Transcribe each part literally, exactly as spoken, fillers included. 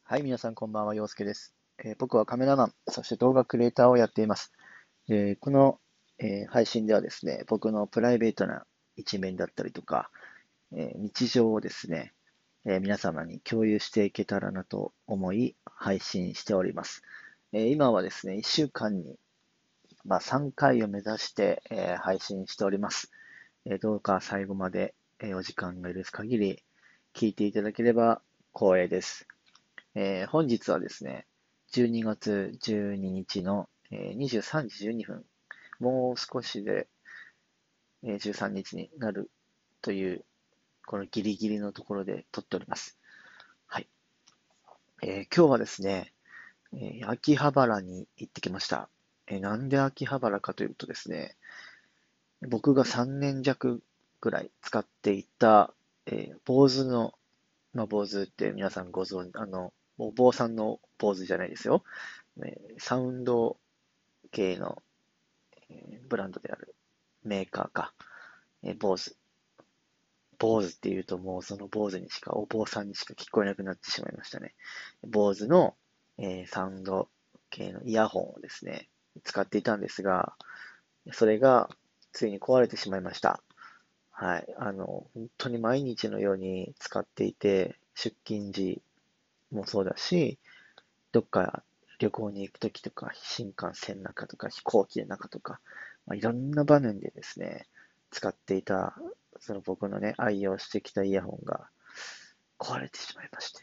はい、皆さんこんばんは、陽介です。えー僕はカメラマン、そして動画クリエイターをやっています。えーこの、えー配信ではですね、僕のプライベートな一面だったりとか、えー日常をですね、えー皆様に共有していけたらなと思い配信しております。えー今はですね、いっしゅうかんに、まあ、さんかいを目指して、えー配信しております。えーどうか最後まで、えーお時間が許す限り聞いていただければ光栄です。えー本日はですね、じゅうにがつじゅうににちの、えーにじゅうさんじじゅうにふん、もう少しで、えーじゅうさんにちにちになるという、このギリギリのところで撮っております。はい。えー今日はですね、えー秋葉原に行ってきました。えーなんで秋葉原かというとですね、僕がさんねん弱ぐらい使っていた、えー、坊主の、まあ、坊主って皆さんご存知、あの、お坊さんの坊主じゃないですよ。えーサウンド系のブランドであるメーカーか、えー、坊主。坊主って言うともうその坊主にしか、お坊さんにしか聞こえなくなってしまいましたね。坊主の、えーサウンド系のイヤホンをですね、使っていたんですが、それがついに壊れてしまいました。はい。あの、本当に毎日のように使っていて、出勤時もそうだし、どっか旅行に行くときとか、新幹線の中とか、飛行機の中とか、まあ、いろんな場面でですね、使っていた、その僕のね、愛用してきたイヤホンが壊れてしまいまして。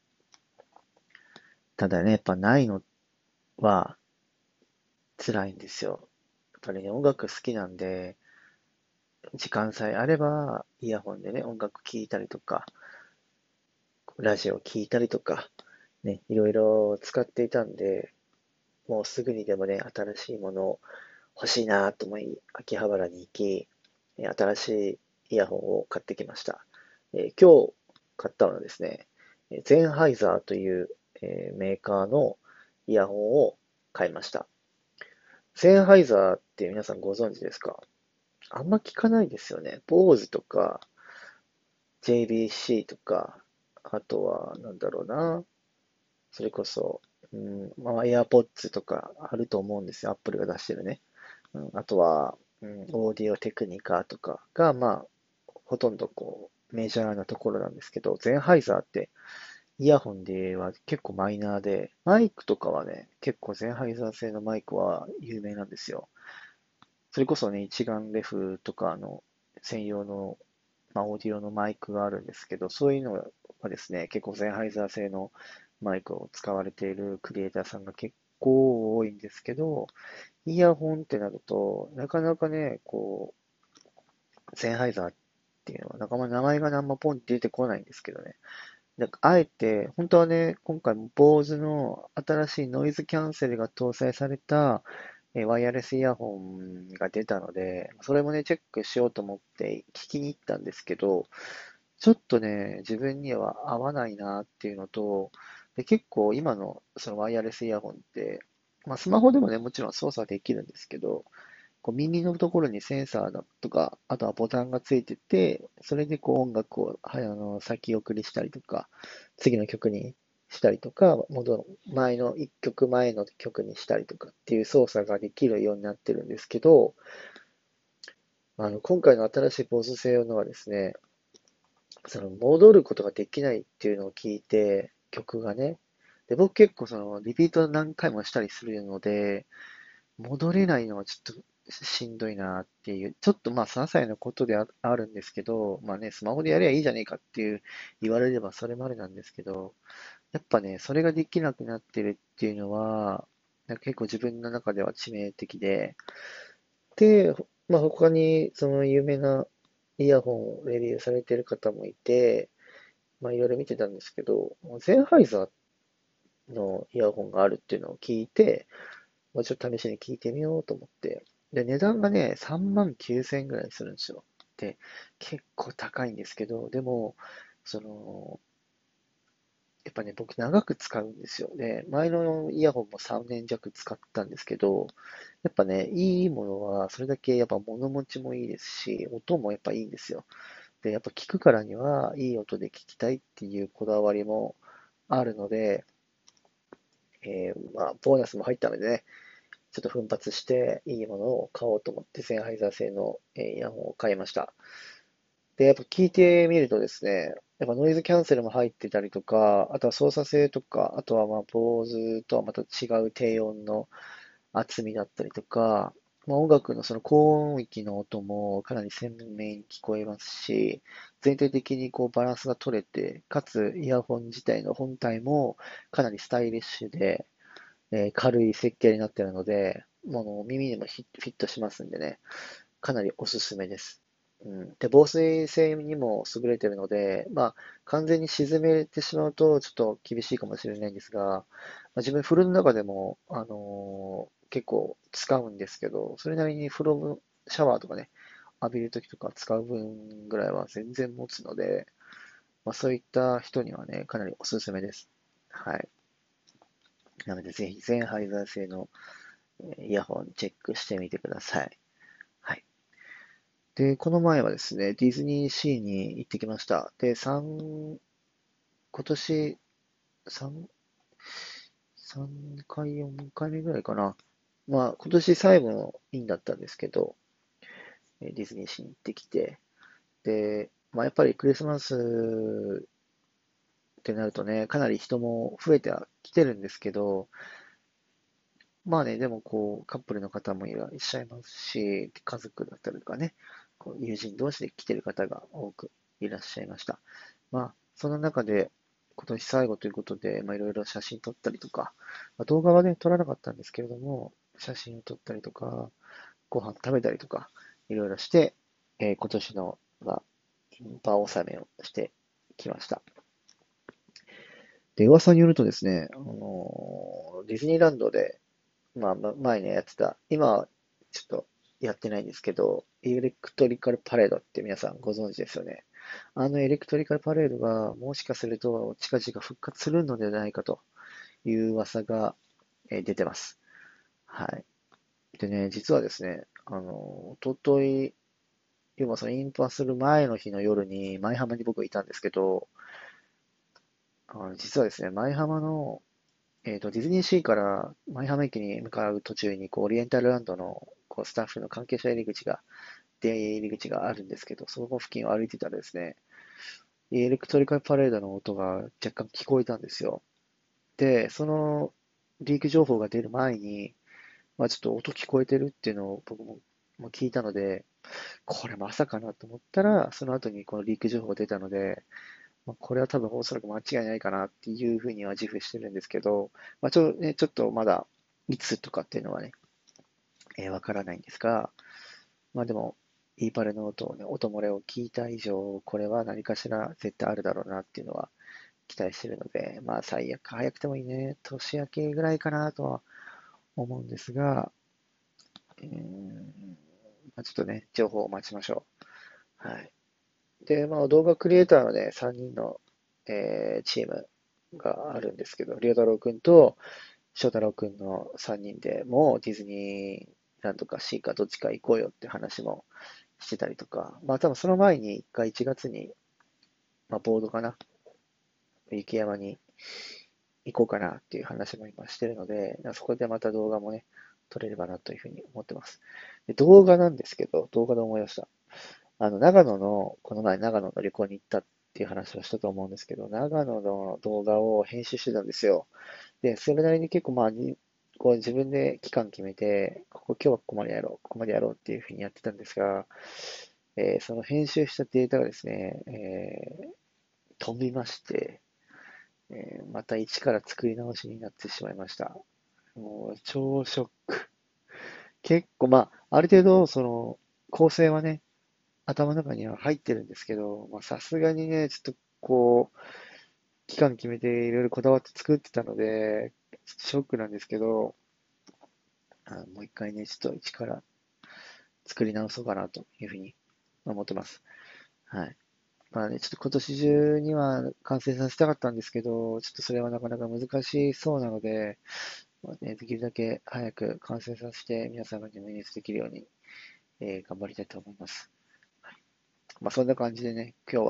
ただね、やっぱないのは辛いんですよ。やっぱりね、音楽好きなんで、時間さえあれば、イヤホンでね、音楽聴いたりとか、ラジオ聴いたりとか、ね、いろいろ使っていたんで、もうすぐにでもね、新しいものを欲しいなと思い、秋葉原に行き、新しいイヤホンを買ってきました。えー今日買ったのはですね、ゼンハイザーという、えーメーカーのイヤホンを買いました。ゼンハイザーって皆さんご存知ですか？あんま聞かないですよね。坊主とか ジェイビーシー とか、あとはなんだろうな、それこそ、うん、まあ、AirPods とかあると思うんですよ。Apple が出してるね。うん、あとは、うん、オーディオテクニカとかが、まあ、ほとんどこう、メジャーなところなんですけど、ゼンハイザーってイヤホンでは結構マイナーで、マイクとかはね、結構ゼンハイザー製のマイクは有名なんですよ。それこそね、一眼レフとかの専用の、まあ、オーディオのマイクがあるんですけど、そういうのはですね、結構ゼンハイザー製のマイクを使われているクリエイターさんが結構多いんですけど、イヤホンってなると、なかなかね、こう、ゼンハイザーっていうのは、仲間名前があんまポンって出てこないんですけどね。なんかあえて、本当はね、今回も坊主の新しいノイズキャンセルが搭載されたえワイヤレスイヤホンが出たので、それもね、チェックしようと思って聞きに行ったんですけど、ちょっとね、自分には合わないなっていうのと、で結構今のそのワイヤレスイヤホンって、まあ、スマホでもね、もちろん操作できるんですけど、こう耳のところにセンサーだとか、あとはボタンがついてて、それでこう音楽を、はい、あの先送りしたりとか、次の曲にしたりとか、戻前の一曲前の曲にしたりとかっていう操作ができるようになってるんですけど、あの今回の新しい坊主製用のはですね、その戻ることができないっていうのを聞いて、曲がね。で、僕結構そのリピート何回もしたりするので、戻れないのはちょっとしんどいなっていう、ちょっとまあ些細なことでああるんですけど、まあね、スマホでやればいいじゃねえかっていう言われればそれまでなんですけど、やっぱね、それができなくなってるっていうのは、なんか結構自分の中では致命的で、で、まあ他にその有名なイヤホンをレビューされてる方もいて、まあいろいろ見てたんですけど、ゼンハイザーのイヤホンがあるっていうのを聞いて、まあ、ちょっと試しに聞いてみようと思って。で、値段がね、さんまんきゅうせんえんぐらいするんですよ。で、結構高いんですけど、でも、その、やっぱね、僕長く使うんですよ。で、前のイヤホンもさんねん弱使ったんですけど、やっぱね、いいものは、それだけやっぱ物持ちもいいですし、音もやっぱいいんですよ。で、やっぱ聞くからには、いい音で聞きたいっていうこだわりもあるので、えーまあ、ボーナスも入ったのでね、ちょっと奮発していいものを買おうと思ってゼンハイザー製のえーイヤホンを買いました。で、やっぱ聞いてみるとですね、やっぱノイズキャンセルも入ってたりとか、あとは操作性とか、あとはまあ、坊主とはまた違う低音の厚みだったりとか、まあ、音楽のその高音域の音もかなり鮮明に聞こえますし、全体的にこうバランスが取れて、かつイヤホン自体の本体もかなりスタイリッシュで、えー軽い設計になっているので、もうあの耳にもフィットしますんでね、かなりおすすめです。うん、で、防水性にも優れているので、まあ、完全に沈めてしまうとちょっと厳しいかもしれないんですが、まあ、自分風呂の中でも、あのー結構使うんですけど、それなりに風呂のシャワーとかね、浴びるときとか使う分ぐらいは全然持つので、まあ、そういった人にはね、かなりおすすめです。はい。なので、ぜひ、ゼンハイザー製のえーイヤホンチェックしてみてください。はい。で、この前はですね、ディズニーシーに行ってきました。で、三今年さん、さんかい、よんかいめぐらいかな。まあ、今年最後のインだったんですけど、えディズニーシーに行ってきて、で、まあ、やっぱりクリスマスってなるとね、かなり人も増えてはきてるんですけど、まあね、でもこう、カップルの方もいらっしゃいますし、家族だったりとかね、こう友人同士で来てる方が多くいらっしゃいました。まあ、その中で、今年最後ということで、まあ、いろいろ写真撮ったりとか、まあ、動画はね、撮らなかったんですけれども、写真を撮ったりとか、ご飯食べたりとか、いろいろして、えー今年の、まあ、場納めをしてきました。で、噂によるとですね、あのーディズニーランドで、まあ、ま前ね、やってた、今はちょっとやってないんですけど、エレクトリカルパレードって皆さんご存知ですよね。あのエレクトリカルパレードがもしかすると近々復活するのではないかという噂がえー出てます。はい。でね、実はですね、あの、おととい、要はそのインパする前の日の夜に舞浜に僕いたんですけど、あの実はですね、舞浜のえっと、ディズニーシーから舞浜駅に向かう途中に、こう、オリエンタルランドの、こう、スタッフの関係者入り口が、出入り口があるんですけど、そこ付近を歩いてたらですね、エレクトリカルパレードの音が若干聞こえたんですよ。で、そのリーク情報が出る前に、まあちょっと音聞こえてるっていうのを僕ももう聞いたので、これまさかなと思ったら、その後にこのリーク情報が出たので、まあ、これは多分おそらく間違いないかなっていうふうには自負してるんですけど、まあ、ちょ、ね、ちょっとまだいつとかっていうのはね、えーわからないんですが、まあでも、イーパレの音をね、音漏れを聞いた以上、これは何かしら絶対あるだろうなっていうのは期待してるので、まあ最悪早くてもいいね、年明けぐらいかなとは思うんですが、うーん、まあ、ちょっとね、情報を待ちましょう。はい。で、まあ動画クリエイターのね、さんにんの、えーチームがあるんですけど、りょうたろうくんと翔太郎くんのさんにんでもうディズニーランドかシーかどっちか行こうよって話もしてたりとか、まあ多分その前に一回いちがつに、まあボードかな、雪山に行こうかなっていう話も今してるので、そこでまた動画もね、撮れればなというふうに思ってます。で動画なんですけど、動画で思い出した。あの、長野の、この前長野の旅行に行ったっていう話をしたと思うんですけど、長野の動画を編集してたんですよ。で、それなりに結構まあ、にこう自分で期間決めて、ここ今日はここまでやろう、ここまでやろうっていうふうにやってたんですが、えーその編集したデータがですね、えー飛びまして、えーまた一から作り直しになってしまいました。もう超ショック。結構まあ、ある程度その構成はね、頭の中には入ってるんですけど、まあさすがにね、ちょっとこう、期間決めていろいろこだわって作ってたので、ショックなんですけど、あもう一回ね、ちょっと一から作り直そうかなというふうに思ってます。はい。まあね、ちょっと今年中には完成させたかったんですけど、ちょっとそれはなかなか難しそうなので、まあね、できるだけ早く完成させて皆様にも演出できるように、えー頑張りたいと思います。まあそんな感じでね、今日は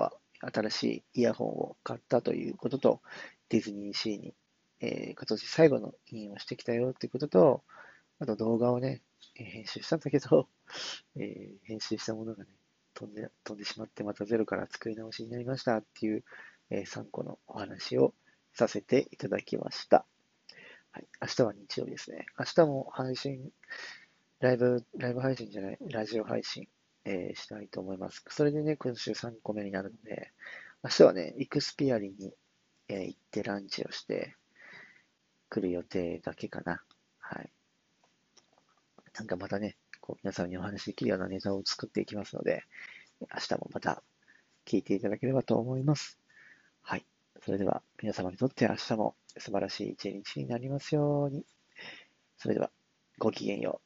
新しいイヤホンを買ったということと、ディズニーシーに、えー今年最後の印をしてきたよということと、あと動画をね、えー編集したんだけど、えー編集したものがね、飛んで、飛んでしまってまたゼロから作り直しになりましたっていう、えーさんこのお話をさせていただきました。はい、明日は日曜日ですね。明日も配信、ライブ、ライブ配信じゃない、ラジオ配信、えーしたいと思います。それでね、今週さんこめになるので、明日はね、イクスピアリに、えー行ってランチをして来る予定だけかな。はい。なんかまたね、こう皆さんにお話しできるようなネタを作っていきますので、明日もまた聞いていただければと思います。はい。それでは皆様にとって明日も素晴らしい一日になりますように。それでは、ごきげんよう。